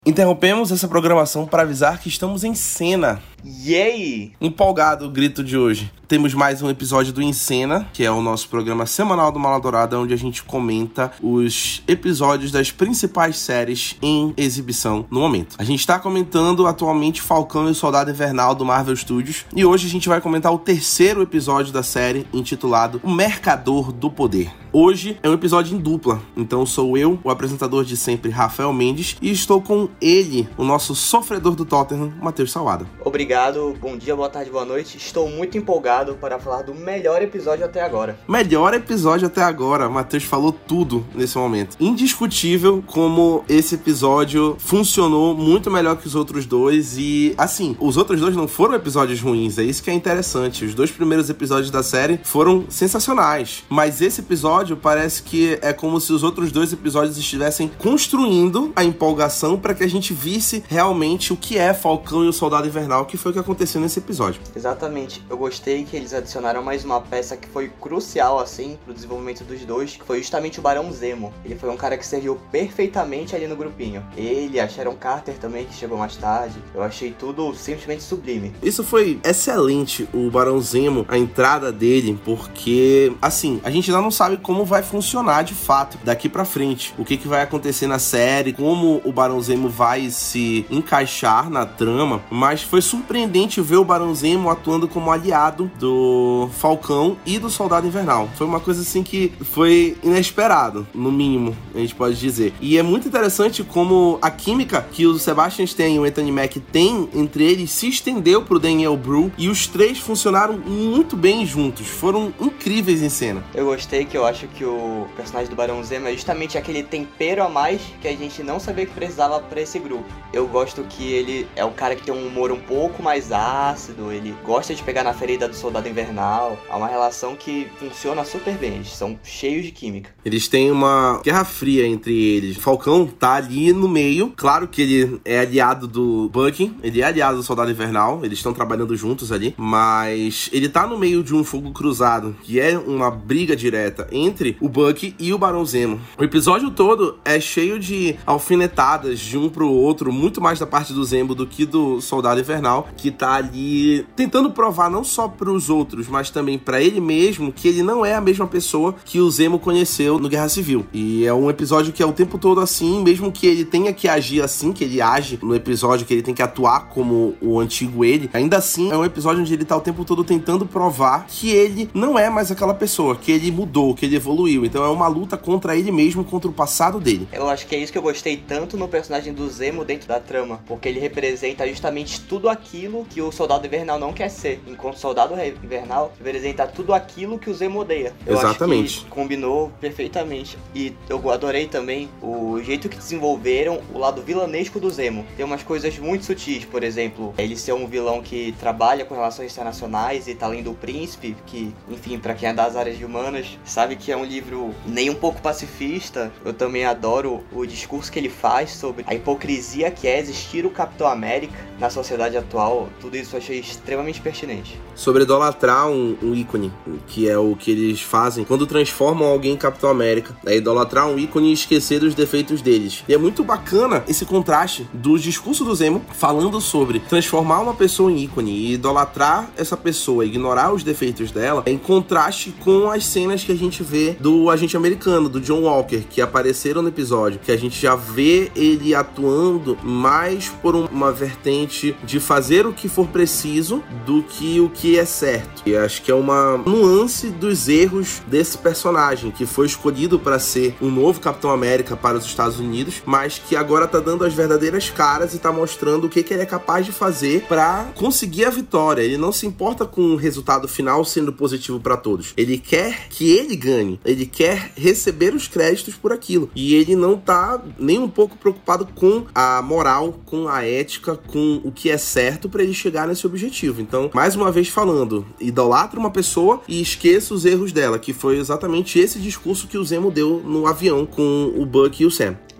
Interrompemos essa programação para avisar que estamos em cena. Yay! Empolgado o grito de hoje. Temos mais um episódio do Em Cena, que é o nosso programa semanal do Maladourada, onde a gente comenta os episódios das principais séries em exibição no momento. A gente está comentando atualmente Falcão e o Soldado Invernal do Marvel Studios, e hoje a gente vai comentar o terceiro episódio da série, intitulado O Mercador do Poder. Hoje é um episódio em dupla, então sou eu, o apresentador de sempre, Rafael Mendes, e estou com ele, o nosso sofredor do Tottenham, Matheus Salada. Obrigado, bom dia, boa tarde, boa noite. Estou muito empolgado para falar do melhor episódio até agora. Melhor episódio até agora, Matheus falou tudo nesse momento. Indiscutível como esse episódio funcionou muito melhor que os outros dois e, assim, os outros dois não foram episódios ruins, é isso que é interessante. Os dois primeiros episódios da série foram sensacionais, mas esse episódio parece que é como se os outros dois episódios estivessem construindo a empolgação para que a gente visse realmente o que é Falcão e o Soldado Invernal, que foi o que aconteceu nesse episódio. Exatamente, eu gostei que eles adicionaram mais uma peça que foi crucial, assim, pro desenvolvimento dos dois, que foi justamente o Barão Zemo. Ele foi um cara que serviu perfeitamente ali no grupinho. Ele, a Sharon Carter também, que chegou mais tarde. Eu achei tudo simplesmente sublime. Isso foi excelente, o Barão Zemo, a entrada dele, porque, assim, a gente ainda não sabe como vai funcionar de fato daqui pra frente. O que vai acontecer na série, como o Barão Zemo vai se encaixar na trama, mas foi surpreendente ver o Barão Zemo atuando como aliado do Falcão e do Soldado Invernal. Foi uma coisa assim que foi inesperado, no mínimo, a gente pode dizer. E é muito interessante como a química que o Sebastian Stan e o Anthony Mack têm entre eles se estendeu pro Daniel Bru e os três funcionaram muito bem juntos. Foram incríveis em cena. Eu gostei, que eu acho que o personagem do Barão Zemo é justamente aquele tempero a mais que a gente não sabia que precisava pra esse grupo. Eu gosto que ele é o cara que tem um humor um pouco mais ácido, ele gosta de pegar na ferida do Soldado Invernal. É uma relação que funciona super bem, eles são cheios de química. Eles têm uma guerra fria entre eles. O Falcão tá ali no meio, claro que ele é aliado do Bucky, ele é aliado do Soldado Invernal, eles estão trabalhando juntos ali, mas ele tá no meio de um fogo cruzado, que é uma briga direta entre o Bucky e o Barão Zemo. O episódio todo é cheio de alfinetadas de um pro outro, muito mais da parte do Zemo do que do Soldado Invernal, que tá ali tentando provar não só pros outros, mas também pra ele mesmo, que ele não é a mesma pessoa que o Zemo conheceu no Guerra Civil. E é um episódio que é o tempo todo assim, mesmo que ele tenha que agir assim, que ele age no episódio, que ele tem que atuar como o antigo ele, ainda assim é um episódio onde ele tá o tempo todo tentando provar que ele não é mais aquela pessoa, que ele mudou, que ele evoluiu. Então é uma luta contra ele mesmo, contra o passado dele. Eu acho que é isso que eu gostei tanto no personagem do Zemo dentro da trama, porque ele representa justamente tudo aquilo que o Soldado Invernal não quer ser, enquanto o Soldado Invernal representa tudo aquilo que o Zemo odeia. Eu Exatamente. acho que combinou perfeitamente. E eu adorei também o jeito que desenvolveram o lado vilanesco do Zemo. Tem umas coisas muito sutis, por exemplo, ele ser um vilão que trabalha com relações internacionais e tá lendo O Príncipe, que, enfim, pra quem é das áreas humanas, sabe que é um livro nem um pouco pacifista. Eu também adoro o discurso que ele faz sobre a hipocrisia que é existir o Capitão América na sociedade atual. Tudo isso eu achei extremamente pertinente. Sobre idolatrar um ícone, que é o que eles fazem quando transformam alguém em Capitão América. É idolatrar um ícone e esquecer dos defeitos deles. E é muito bacana esse contraste do discurso do Zemo falando sobre transformar uma pessoa em ícone e idolatrar essa pessoa, ignorar os defeitos dela, em contraste com as cenas que a gente vê do agente americano, do John Walker, que apareceram no episódio, que a gente já vê ele atuando mais por uma vertente de fazer o que for preciso do que o que é certo. E acho que é uma nuance dos erros desse personagem, que foi escolhido para ser um novo Capitão América para os Estados Unidos, mas que agora tá dando as verdadeiras caras e tá mostrando o que ele é capaz de fazer para conseguir a vitória. Ele não se importa com o resultado final sendo positivo para todos. Ele quer que ele ganhe. Ele quer receber os créditos por aquilo. E ele não tá nem um pouco preocupado com a moral, com a ética, com o que é certo para ele chegar nesse objetivo. Então, mais uma vez falando, idolatra uma pessoa e esqueça os erros dela, que foi exatamente esse discurso que o Zemo deu no avião com o Bucky e o Sam.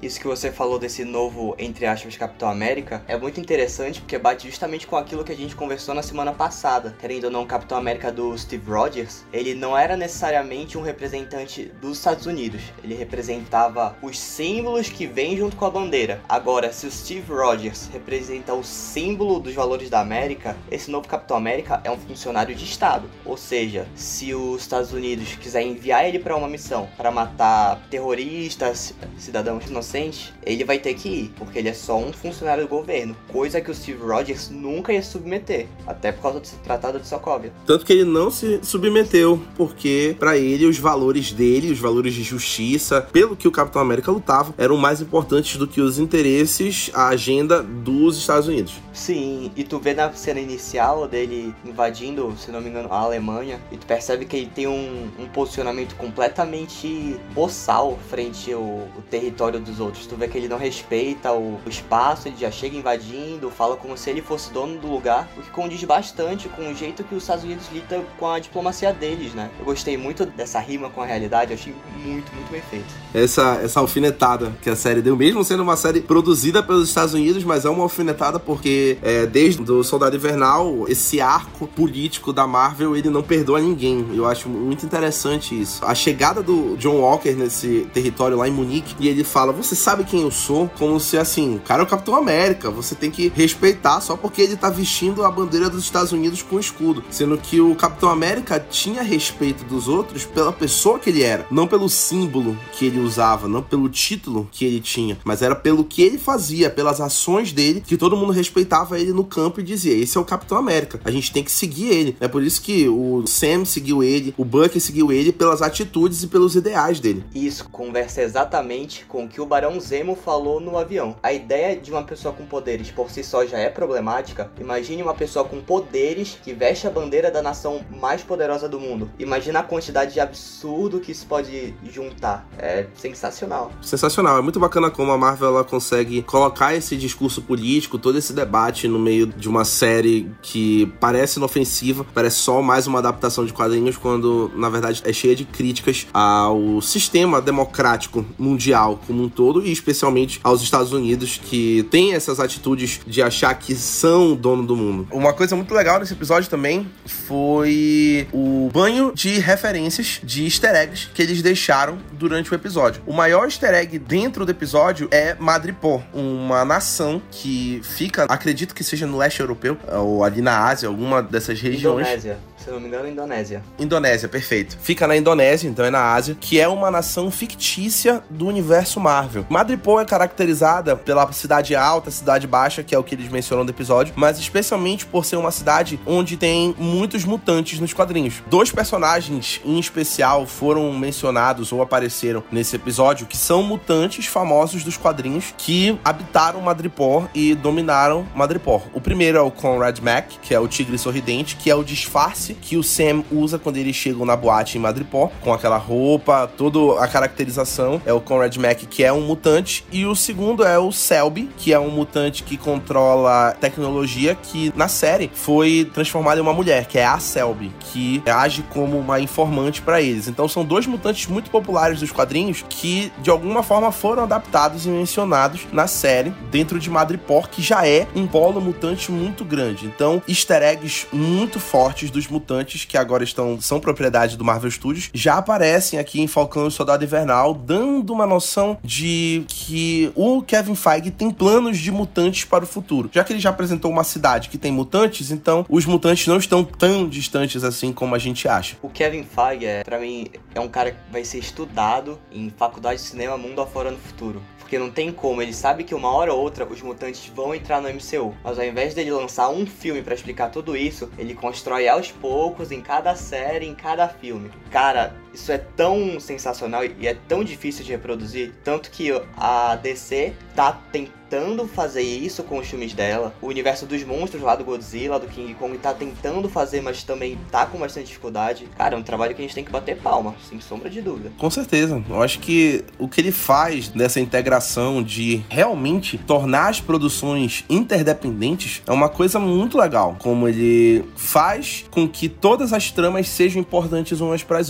Isso que você falou desse novo, entre aspas, Capitão América, é muito interessante porque bate justamente com aquilo que a gente conversou na semana passada. Querendo ou não, o Capitão América do Steve Rogers, ele não era necessariamente um representante dos Estados Unidos. Ele representava os símbolos que vêm junto com a bandeira. Agora, se o Steve Rogers representa o símbolo dos valores da América, esse novo Capitão América é um funcionário de Estado. Ou seja, se os Estados Unidos quiser enviar ele para uma missão para matar terroristas, cidadãos inocentes, ele vai ter que ir, porque ele é só um funcionário do governo, coisa que o Steve Rogers nunca ia se submeter, até por causa do Tratado de Sokovia. Tanto que ele não se submeteu, porque para ele os valores dele, os valores de justiça, pelo que o Capitão América lutava, eram mais importantes do que os interesses, a agenda dos Estados Unidos. Sim, e tu vê na cena inicial dele invadindo, se não me engano, a Alemanha, e tu percebe que ele tem um posicionamento completamente boçal frente ao território dos outros. Tu vê que ele não respeita o espaço, ele já chega invadindo, fala como se ele fosse dono do lugar, o que condiz bastante com o jeito que os Estados Unidos lidam com a diplomacia deles, né? Eu gostei muito dessa rima com a realidade, eu achei muito, muito bem feito. Essa alfinetada que a série deu, mesmo sendo uma série produzida pelos Estados Unidos, mas é uma alfinetada porque desde o Soldado Invernal, esse arco político da Marvel, ele não perdoa ninguém. Eu acho muito interessante isso. A chegada do John Walker nesse território lá em Munique, e ele fala, você sabe quem eu sou? Como se assim, o cara é o Capitão América, você tem que respeitar só porque ele tá vestindo a bandeira dos Estados Unidos com escudo. Sendo que o Capitão América tinha respeito dos outros pela pessoa que ele era, não pelo símbolo que ele usava, não pelo título que ele tinha, mas era pelo que ele fazia, pelas ações dele, que todo mundo respeitava ele no campo e dizia, esse é o Capitão América, a gente tem que seguir ele. É por isso que o Sam seguiu ele, o Bucky seguiu ele pelas atitudes e pelos ideais dele. Isso conversa exatamente com o que o Barão Zemo falou no avião. A ideia de uma pessoa com poderes por si só já é problemática. Imagine uma pessoa com poderes que veste a bandeira da nação mais poderosa do mundo. Imagina a quantidade de absurdo que isso pode juntar. É sensacional. Sensacional. É muito bacana como a Marvel ela consegue colocar esse discurso político, todo esse debate no meio de uma série que parece inofensiva, parece só mais uma adaptação de quadrinhos, quando na verdade é cheia de críticas ao sistema democrático mundial como um todo, e especialmente aos Estados Unidos, que tem essas atitudes de achar que são o dono do mundo. Uma coisa muito legal nesse episódio também foi o banho de referências, de easter eggs que eles deixaram durante o episódio. O maior easter egg dentro do episódio é Madripoor, uma nação que fica, acredito que seja no leste europeu, ou ali na Ásia, alguma dessas regiões. Indonésia. Se não me engano, Indonésia. Indonésia, perfeito. Fica na Indonésia, então é na Ásia, que é uma nação fictícia do universo Marvel. Madripoor é caracterizada pela cidade alta, cidade baixa, que é o que eles mencionam no episódio, mas especialmente por ser uma cidade onde tem muitos mutantes nos quadrinhos. 2 personagens em especial foram mencionados ou apareceram nesse episódio, que são mutantes famosos dos quadrinhos que habitaram Madripoor e dominaram Madripoor. O primeiro é o Conrad Mack, que é o Tigre Sorridente, que é o disfarce que o Sam usa quando eles chegam na boate em Madripoor, com aquela roupa, toda a caracterização. É o Conrad Mack, que é um mutante, e o segundo é o Selby, que é um mutante que controla tecnologia, que na série foi transformado em uma mulher, que é a Selby, que age como uma informante para eles. Então são 2 mutantes muito populares dos quadrinhos que de alguma forma foram adaptados e mencionados na série dentro de Madripoor, que já é um polo mutante muito grande. Então easter eggs muito fortes dos mutantes, que agora são propriedade do Marvel Studios, já aparecem aqui em Falcão e Soldado Invernal, dando uma noção de que o Kevin Feige tem planos de mutantes para o futuro. Já que ele já apresentou uma cidade que tem mutantes, então os mutantes não estão tão distantes assim como a gente acha. O Kevin Feige, pra mim, é um cara que vai ser estudado em faculdade de cinema mundo afora no futuro. Porque não tem como, ele sabe que uma hora ou outra os mutantes vão entrar no MCU. Mas ao invés dele lançar um filme pra explicar tudo isso, ele constrói aos poucos, em cada série, em cada filme. Cara, isso é tão sensacional e é tão difícil de reproduzir. Tanto que a DC tá tentando fazer isso com os filmes dela. O universo dos monstros lá do Godzilla, do King Kong, tá tentando fazer, mas também tá com bastante dificuldade. Cara, é um trabalho que a gente tem que bater palma, sem sombra de dúvida. Com certeza. Eu acho que o que ele faz nessa integração de realmente tornar as produções interdependentes é uma coisa muito legal. Como ele faz com que todas as tramas sejam importantes umas para as outras.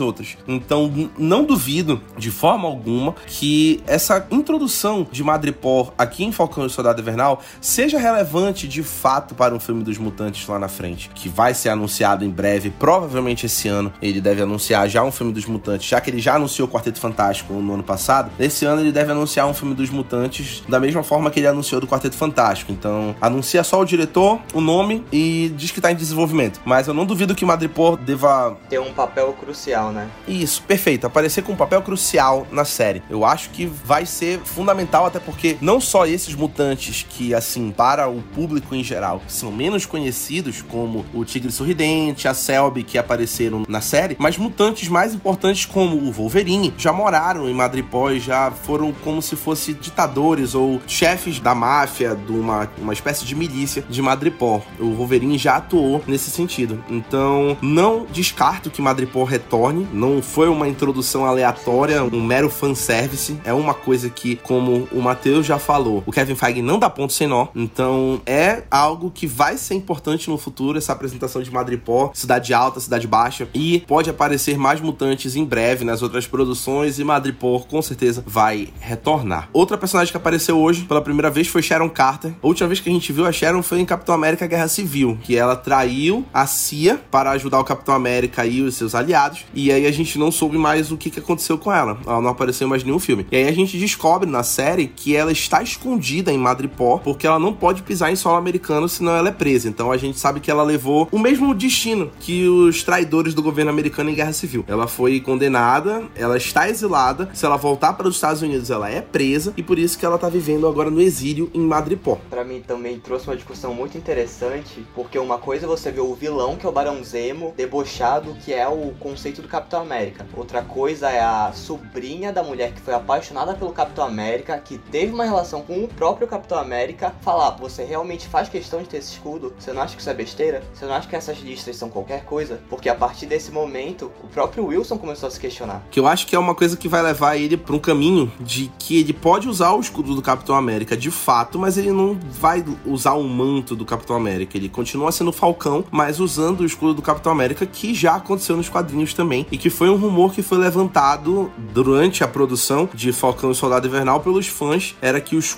Então, não duvido, de forma alguma, que essa introdução de Madripoor aqui em Falcão e o Soldado Invernal seja relevante, de fato, para um filme dos Mutantes lá na frente, que vai ser anunciado em breve, provavelmente esse ano. Ele deve anunciar já um filme dos Mutantes, já que ele já anunciou o Quarteto Fantástico no ano passado. Esse ano ele deve anunciar um filme dos Mutantes da mesma forma que ele anunciou do Quarteto Fantástico. Então, anuncia só o diretor, o nome e diz que tá em desenvolvimento. Mas eu não duvido que Madripoor deva ter um papel crucial, né? Isso, perfeito. Aparecer com um papel crucial na série. Eu acho que vai ser fundamental, até porque não só esses mutantes que, assim, para o público em geral, são menos conhecidos, como o Tigre Sorridente, a Selby, que apareceram na série, mas mutantes mais importantes como o Wolverine já moraram em Madripoor e já foram como se fossem ditadores ou chefes da máfia, de uma espécie de milícia de Madripoor. O Wolverine já atuou nesse sentido. Então, não descarto que Madripoor retorne. Não foi uma introdução aleatória, um mero fanservice. É uma coisa que, como o Matheus já falou, o Kevin Feige não dá ponto sem nó. Então, é algo que vai ser importante no futuro, essa apresentação de Madripoor, cidade alta, cidade baixa. E pode aparecer mais mutantes em breve nas outras produções e Madripoor, com certeza, vai retornar. Outra personagem que apareceu hoje, pela primeira vez, foi Sharon Carter. A última vez que a gente viu a Sharon foi em Capitão América Guerra Civil, que ela traiu a CIA para ajudar o Capitão América e os seus aliados, e aí a gente não soube mais o que aconteceu com ela. Ela não apareceu em mais nenhum filme. E aí a gente descobre na série que ela está escondida em Madripoor, porque ela não pode pisar em solo americano, senão ela é presa. Então a gente sabe que ela levou o mesmo destino que os traidores do governo americano em Guerra Civil. Ela foi condenada, ela está exilada, se ela voltar para os Estados Unidos, ela é presa, e por isso que ela está vivendo agora no exílio em Madripoor. Pra mim também trouxe uma discussão muito interessante, porque uma coisa é você ver o vilão, que é o Barão Zemo, debochado, que é o conceito do Capitão América. Outra coisa é a sobrinha da mulher que foi apaixonada pelo Capitão América, que teve uma relação com o próprio Capitão América, falar: você realmente faz questão de ter esse escudo? Você não acha que isso é besteira? Você não acha que essas listas são qualquer coisa? Porque a partir desse momento, o próprio Wilson começou a se questionar. Que eu acho que é uma coisa que vai levar ele para um caminho de que ele pode usar o escudo do Capitão América de fato, mas ele não vai usar o manto do Capitão América. Ele continua sendo Falcão, mas usando o escudo do Capitão América, que já aconteceu nos quadrinhos também, e que foi um rumor que foi levantado durante a produção de Falcão e o Soldado Invernal pelos fãs, era que o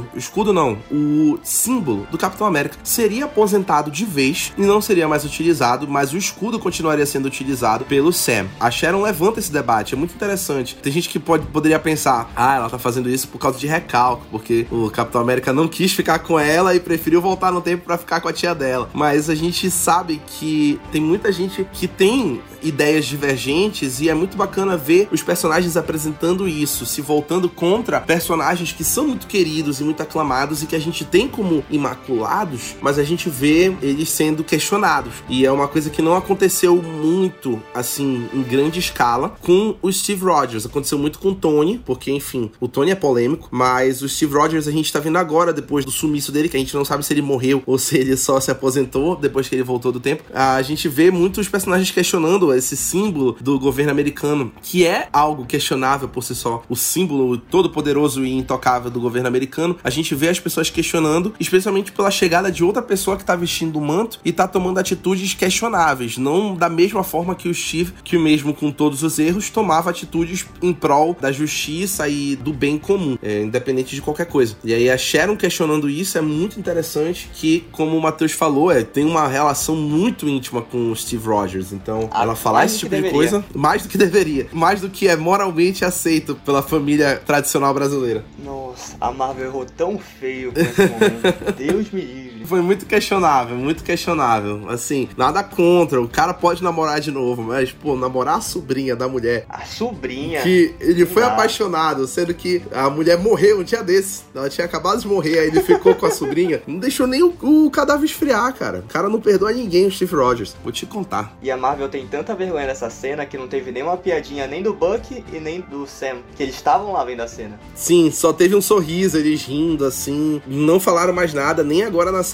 símbolo do Capitão América seria aposentado de vez e não seria mais utilizado, mas o escudo continuaria sendo utilizado pelo Sam. A Sharon levanta esse debate, é muito interessante. Tem gente que poderia pensar: ela tá fazendo isso por causa de recalque, porque o Capitão América não quis ficar com ela e preferiu voltar no tempo pra ficar com a tia dela. Mas a gente sabe que tem muita gente que tem ideias divergentes e é muito bacana ver os personagens apresentando isso, se voltando contra personagens que são muito queridos e muito aclamados e que a gente tem como imaculados, mas a gente vê eles sendo questionados. E é uma coisa que não aconteceu muito, assim, em grande escala com o Steve Rogers. Aconteceu muito com o Tony, porque, enfim, o Tony é polêmico, mas o Steve Rogers a gente tá vendo agora, depois do sumiço dele, que a gente não sabe se ele morreu ou se ele só se aposentou depois que ele voltou do tempo. A gente vê muitos personagens questionando esse símbolo do governo americano, que é algo questionável por si só, o símbolo todo-poderoso e intocável do governo americano. A gente vê as pessoas questionando, especialmente pela chegada de outra pessoa que tá vestindo o manto e tá tomando atitudes questionáveis, não da mesma forma que o Steve, que mesmo com todos os erros, tomava atitudes em prol da justiça e do bem comum, independente de qualquer coisa. E aí a Sharon questionando isso é muito interessante, que, como o Matheus falou, tem uma relação muito íntima com o Steve Rogers. Então, ela falar esse tipo de coisa, mais do que deveria, mais do que é moralmente aceito pela família tradicional brasileira. Nossa, a Marvel errou tão feio com esse momento. Deus me livre. Foi muito questionável, muito questionável. Assim, nada contra, o cara pode namorar de novo, mas, pô, namorar a sobrinha da mulher. A sobrinha? Que ele foi apaixonado, sendo que a mulher morreu um dia desse. Ela tinha acabado de morrer, aí ele ficou com a sobrinha. Não deixou nem o cadáver esfriar, cara. O cara não perdoa ninguém, o Steve Rogers. Vou te contar. E a Marvel tem tanta vergonha nessa cena que não teve nenhuma piadinha nem do Bucky e nem do Sam, que eles estavam lá vendo a cena. Sim, só teve um sorriso, eles rindo, assim. Não falaram mais nada, nem agora na série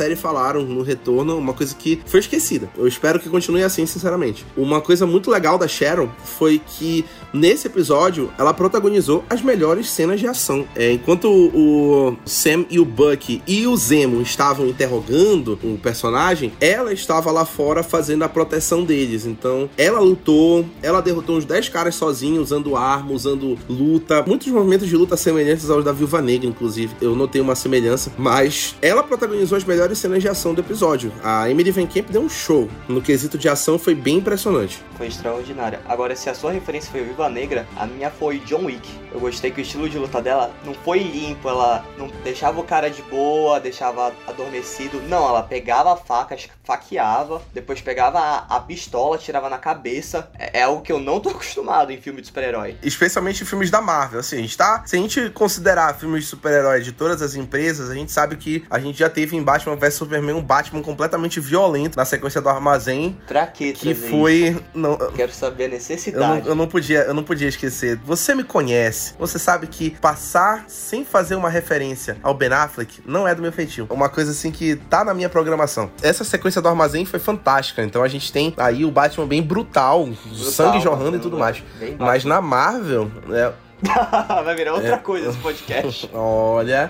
série falaram no retorno, uma coisa que foi esquecida. Eu espero que continue assim, sinceramente. Uma coisa muito legal da Sharon foi que nesse episódio ela protagonizou as melhores cenas de ação. Enquanto o Sam e o Bucky e o Zemo estavam interrogando o personagem, ela estava lá fora fazendo a proteção deles. Então ela lutou, ela derrotou uns 10 caras sozinha, usando arma, usando luta. Muitos movimentos de luta semelhantes aos da Viúva Negra, inclusive. Eu notei uma semelhança. Mas ela protagonizou as melhores cenas de ação do episódio. A Emily Van Camp deu um show. No quesito de ação foi bem impressionante. Foi extraordinária. Agora, se a sua referência foi Viúva Negra, a minha foi John Wick. Eu gostei que o estilo de luta dela não foi limpo, ela não deixava o cara de boa, deixava adormecido. Não, ela pegava a faca, faqueava, depois pegava a pistola, tirava na cabeça. É algo que eu não tô acostumado em filme de super-herói. Especialmente em filmes da Marvel, assim, se a gente considerar filmes de super-herói de todas as empresas, a gente sabe que a gente já teve em Batman vs Superman um Batman completamente violento na sequência do Armazém. Pra que que foi... Não, quero saber a necessidade. Eu não podia esquecer. Você me conhece, você sabe que passar sem fazer uma referência ao Ben Affleck não é do meu feitio. Uma coisa assim que tá na minha programação. Essa sequência do Armazém foi fantástica, então a gente tem aí o Batman bem brutal sangue jorrando e tudo mais. Mas na Marvel... Vai virar outra coisa esse podcast. Olha...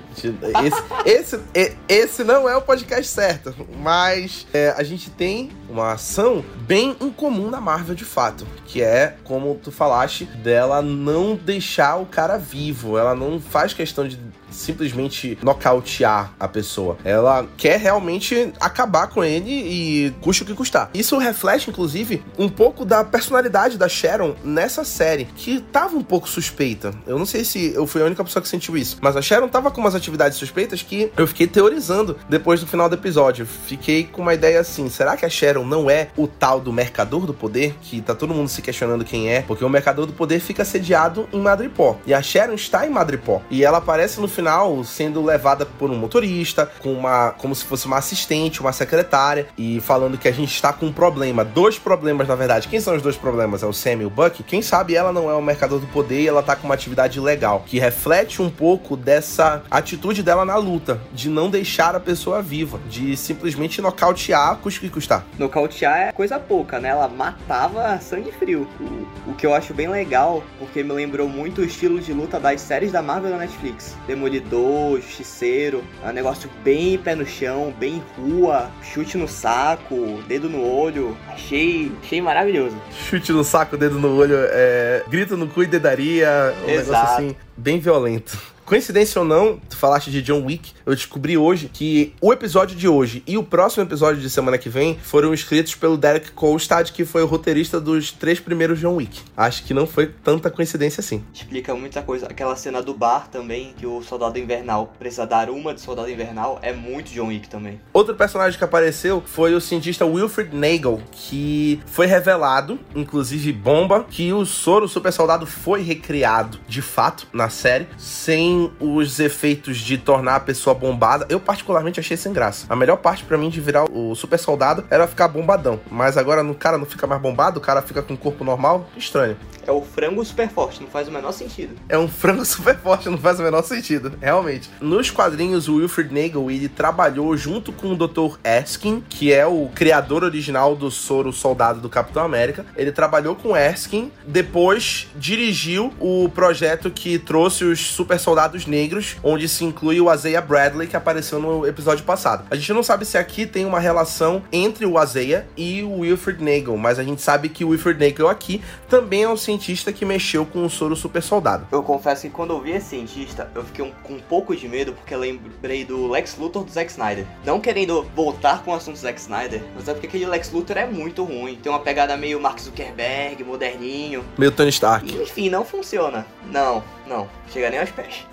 Esse não é o podcast certo, mas a gente tem uma ação bem incomum na Marvel de fato, que é, como tu falaste, dela não deixar o cara vivo. Ela não faz questão de simplesmente nocautear a pessoa. Ela quer realmente acabar com ele e custe o que custar. Isso reflete, inclusive, um pouco da personalidade da Sharon nessa série, que tava um pouco suspeita. Eu não sei se eu fui a única pessoa que sentiu isso, mas a Sharon tava com umas atividades suspeitas que eu fiquei teorizando depois do final do episódio. Fiquei com uma ideia assim, será que a Sharon não é o tal do Mercador do Poder? Que tá todo mundo se questionando quem é, porque o Mercador do Poder fica sediado em Madripoor. E a Sharon está em Madripoor. E ela aparece no final sendo levada por um motorista, como se fosse uma assistente, uma secretária, e falando que a gente está com um problema. 2 problemas, na verdade. Quem são os 2 problemas? É o Sam e o Bucky. Quem sabe ela não é o Mercador do Poder e ela tá com uma atividade ilegal, que reflete um pouco dessa atitude dela na luta, de não deixar a pessoa viva, de simplesmente nocautear, custe o que custar. Nocautear é coisa pouca, né? Ela matava sangue frio. O que eu acho bem legal, porque me lembrou muito o estilo de luta das séries da Marvel da Netflix. Demolidor, Justiceiro, é um negócio bem pé no chão, bem rua, chute no saco, dedo no olho. Achei maravilhoso. Chute no saco, dedo no olho, grito no cu e dedaria, negócio assim, bem violento. Coincidência ou não, tu falaste de John Wick, eu descobri hoje que o episódio de hoje e o próximo episódio de semana que vem foram escritos pelo Derek Kolstad, que foi o roteirista dos 3 primeiros John Wick. Acho que não foi tanta coincidência assim. Explica muita coisa. Aquela cena do bar também, que o Soldado Invernal precisa dar uma de Soldado Invernal, é muito John Wick também. Outro personagem que apareceu foi o cientista Wilfred Nagel, que foi revelado, inclusive bomba, que o soro super soldado foi recriado de fato na série, sem os efeitos de tornar a pessoa bombada. Eu particularmente achei sem graça. A melhor parte pra mim de virar o super soldado era ficar bombadão, mas agora o cara não fica mais bombado, o cara fica com o corpo normal, estranho. É o frango super forte, não faz o menor sentido. É um frango super forte, não faz o menor sentido, realmente. Nos quadrinhos, o Wilfred Nagel, ele trabalhou junto com o Dr. Erskine, que é o criador original do soro soldado do Capitão América. Ele trabalhou com Erskine, depois dirigiu o projeto que trouxe os super soldados negros, onde se inclui o Isaiah Bradley, que apareceu no episódio passado. A gente não sabe se aqui tem uma relação entre o Isaiah e o Wilfred Nagel, mas a gente sabe que o Wilfred Nagel aqui também é um cientista que mexeu com o soro super soldado. Eu confesso que quando eu vi esse cientista, eu fiquei com um pouco de medo, porque eu lembrei do Lex Luthor do Zack Snyder. Não querendo voltar com o assunto do Zack Snyder, mas é porque aquele Lex Luthor é muito ruim. Tem uma pegada meio Mark Zuckerberg, moderninho. Meio Tony Stark. E, enfim, não funciona. Não. Chega nem aos pés.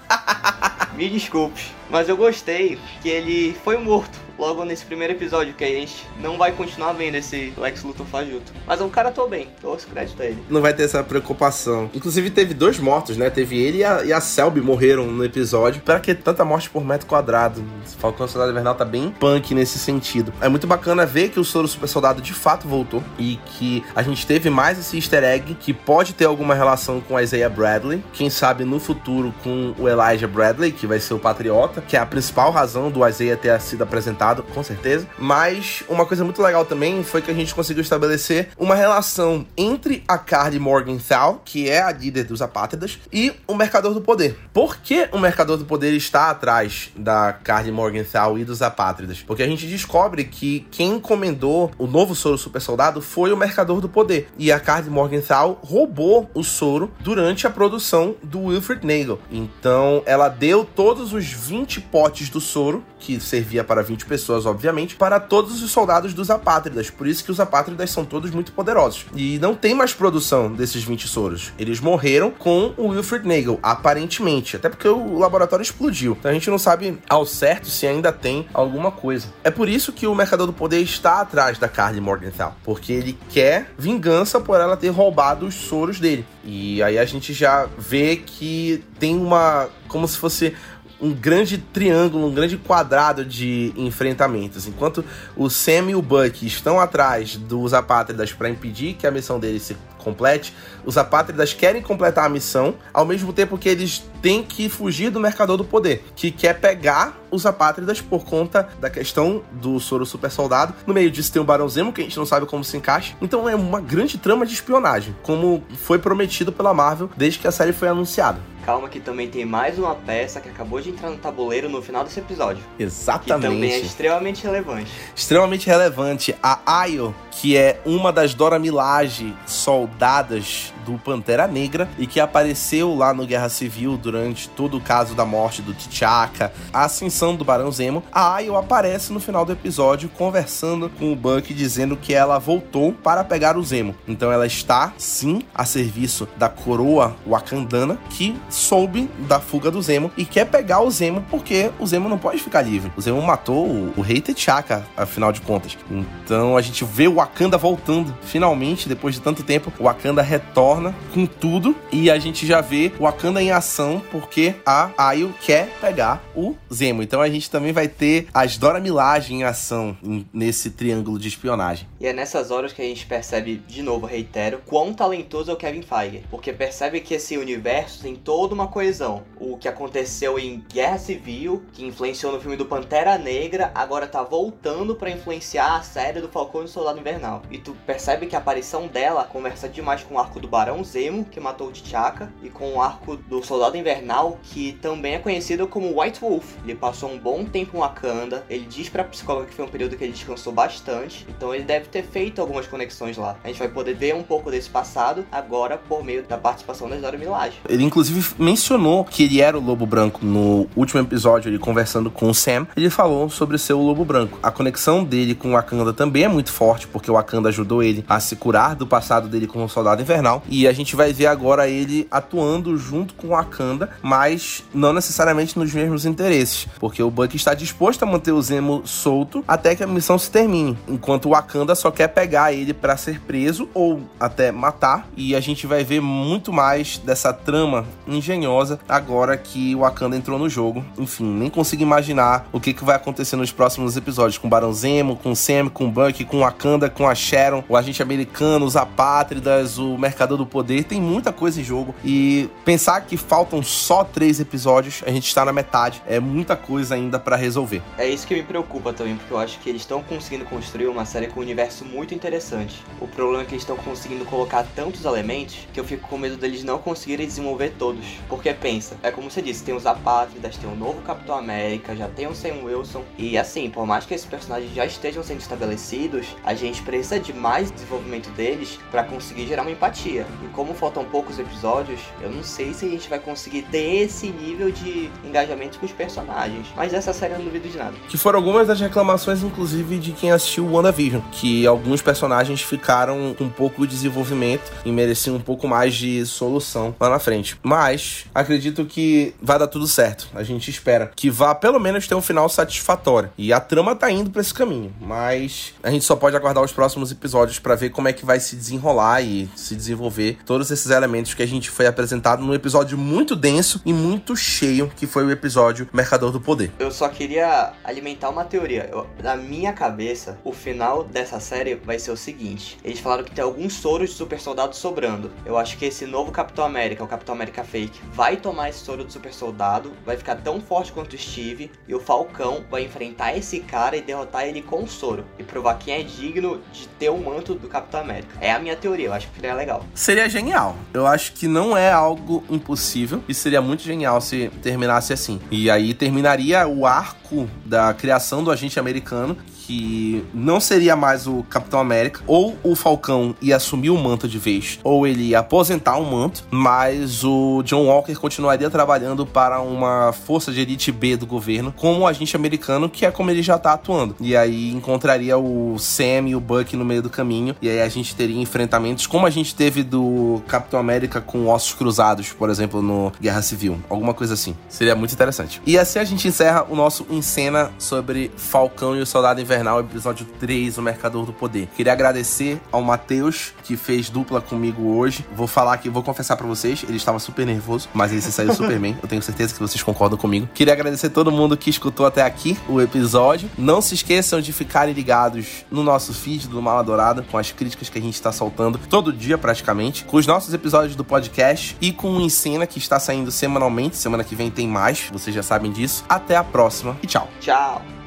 Me desculpe, mas eu gostei que ele foi morto logo nesse primeiro episódio, que a gente não vai continuar vendo esse Lex Luthor fajuto. Mas o cara tô bem, dou os créditos a ele. Não vai ter essa preocupação. Inclusive teve 2 mortos, né? Teve ele e a Selby morreram no episódio. Para que tanta morte por metro quadrado? Falcão Soldado Invernal tá bem punk nesse sentido. É muito bacana ver que o soro super soldado de fato voltou e que a gente teve mais esse easter egg que pode ter alguma relação com a Isaiah Bradley. Quem sabe no futuro com o Elijah Bradley, que vai ser o Patriota. que é a principal razão do Isaiah ter sido apresentado, com certeza. Mas uma coisa muito legal também foi que a gente conseguiu estabelecer uma relação entre a Karli Morgenthau, que é a líder dos Apátridas, e o Mercador do Poder. Por que o Mercador do Poder está atrás da Karli Morgenthau e dos Apátridas? Porque a gente descobre que quem encomendou o novo soro super soldado foi o Mercador do Poder. E a Karli Morgenthau roubou o soro durante a produção do Wilfred Nagel. Então, ela deu todos os 20 potes do soro, que servia para 20 pessoas, obviamente, para todos os soldados dos Apátridas. Por isso que os Apátridas são todos muito poderosos. E não tem mais produção desses 20 soros. Eles morreram com o Wilfred Nagel, aparentemente. Até porque o laboratório explodiu. Então a gente não sabe ao certo se ainda tem alguma coisa. É por isso que o Mercador do Poder está atrás da Karli Morgenthau. Porque ele quer vingança por ela ter roubado os soros dele. E aí a gente já vê que tem como se fosse um grande triângulo, um grande quadrado de enfrentamentos. Enquanto o Sam e o Bucky estão atrás dos Apátridas para impedir que a missão deles se complete, os Apátridas querem completar a missão, ao mesmo tempo que eles têm que fugir do Mercador do Poder, que quer pegar os Apátridas por conta da questão do soro super soldado. No meio disso tem o Barão Zemo, que a gente não sabe como se encaixa. Então é uma grande trama de espionagem, como foi prometido pela Marvel desde que a série foi anunciada. Calma que também tem mais uma peça que acabou de entrar no tabuleiro no final desse episódio. Exatamente. Que também é extremamente relevante. Extremamente relevante. A Ayo, que é uma das Dora Milaje soldadas do Pantera Negra e que apareceu lá no Guerra Civil durante todo o caso da morte do T'Chaka, a ascensão do Barão Zemo. A Ayo aparece no final do episódio conversando com o Bucky, dizendo que ela voltou para pegar o Zemo. Então ela está, sim, a serviço da coroa wakandana, que soube da fuga do Zemo e quer pegar o Zemo porque o Zemo não pode ficar livre. O Zemo matou o rei T'Chaka, afinal de contas. Então a gente vê o Wakanda voltando. Finalmente, depois de tanto tempo, o Wakanda retorna com tudo e a gente já vê o Wakanda em ação porque a Ayo quer pegar o Zemo. Então a gente também vai ter as Dora Milaje em ação nesse triângulo de espionagem. E é nessas horas que a gente percebe, de novo, reitero, quão talentoso é o Kevin Feige. Porque percebe que esse universo tem toda uma coesão. O que aconteceu em Guerra Civil, que influenciou no filme do Pantera Negra, agora tá voltando pra influenciar a série do Falcão e o Soldado Invernal. E tu percebe que a aparição dela conversa demais com o arco do Barão Zemo, que matou o T'Chaka, e com o arco do Soldado Invernal, que também é conhecido como White Wolf. Ele passou um bom tempo em Wakanda, ele diz pra psicóloga que foi um período que ele descansou bastante, então ele deve ter feito algumas conexões lá. A gente vai poder ver um pouco desse passado agora por meio da participação das Dora Milaje. Ele inclusive mencionou que ele era o Lobo Branco no último episódio, ele conversando com o Sam, ele falou sobre ser o Lobo Branco. A conexão dele com o Wakanda também é muito forte, porque o Wakanda ajudou ele a se curar do passado dele como Soldado Invernal, e a gente vai ver agora ele atuando junto com o Wakanda, mas não necessariamente nos mesmos interesses, porque o Bucky está disposto a manter o Zemo solto até que a missão se termine, enquanto o Wakanda só quer pegar ele para ser preso ou até matar, e a gente vai ver muito mais dessa trama engenhosa agora que o Wakanda entrou no jogo. Enfim, nem consigo imaginar o que vai acontecer nos próximos episódios, com o Barão Zemo, com o Sam, com o Bucky, com o Wakanda, com a Sharon, o agente americano, os Apátridas, o Mercador do Poder. Tem muita coisa em jogo e pensar que faltam só 3 episódios, a gente está na metade, é muita coisa ainda pra resolver. É isso que me preocupa também, porque eu acho que eles estão conseguindo construir uma série com um universo muito interessante. O problema é que eles estão conseguindo colocar tantos elementos que eu fico com medo deles não conseguirem desenvolver todos. Porque pensa, é como você disse, tem os Apátridas, tem o novo Capitão América, já tem o Sam Wilson, e assim, por mais que esses personagens já estejam sendo estabelecidos, a gente precisa de mais desenvolvimento deles pra conseguir gerar uma empatia. E como faltam poucos episódios, eu não sei se a gente vai conseguir ter esse nível de engajamento com os personagens. Mas dessa série eu não duvido de nada. Que foram algumas das reclamações, inclusive, de quem assistiu WandaVision, que alguns personagens ficaram com pouco desenvolvimento e mereciam um pouco mais de solução lá na frente. Mas acredito que vai dar tudo certo. A gente espera que vá pelo menos ter um final satisfatório. E a trama tá indo pra esse caminho. Mas a gente só pode aguardar os próximos episódios pra ver como é que vai se desenrolar e se desenvolver todos esses elementos que a gente foi apresentado num episódio muito denso e muito cheio, que foi o episódio Mercador do Poder. Eu só queria alimentar uma teoria. Na minha cabeça, o final dessa série vai ser o seguinte. Eles falaram que tem alguns soros de super soldados sobrando. Eu acho que esse novo Capitão América, o Capitão América Fake, Buck vai tomar esse soro do super soldado, vai ficar tão forte quanto o Steve, e o Falcão vai enfrentar esse cara e derrotar ele com o soro, e provar quem é digno de ter o manto do Capitão América. É a minha teoria, eu acho que seria legal. Seria genial. Eu acho que não é algo impossível, e seria muito genial se terminasse assim. E aí terminaria o arco da criação do agente americano, que não seria mais o Capitão América, ou o Falcão ia assumir o manto de vez, ou ele ia aposentar o manto, mas o John Walker continuaria trabalhando para uma força de elite B do governo, como agente americano, que é como ele já tá atuando. E aí encontraria o Sam e o Buck no meio do caminho, e aí a gente teria enfrentamentos como a gente teve do Capitão América com Ossos Cruzados, por exemplo, no Guerra Civil. Alguma coisa assim. Seria muito interessante. E assim a gente encerra o nosso Em Cena sobre Falcão e o Soldado Invernal, episódio 3, O Mercador do Poder. Queria agradecer ao Matheus, que fez dupla comigo hoje. Vou confessar pra vocês, ele estava super nervoso, mas ele se saiu super bem. Eu tenho certeza que vocês concordam comigo. Queria agradecer a todo mundo que escutou até aqui o episódio. Não se esqueçam de ficarem ligados no nosso feed do Mala Dourada, com as críticas que a gente está soltando todo dia praticamente, com os nossos episódios do podcast e com o Em Cena, que está saindo semanalmente. Semana que vem tem mais, vocês já sabem disso. Até a próxima e tchau. Tchau.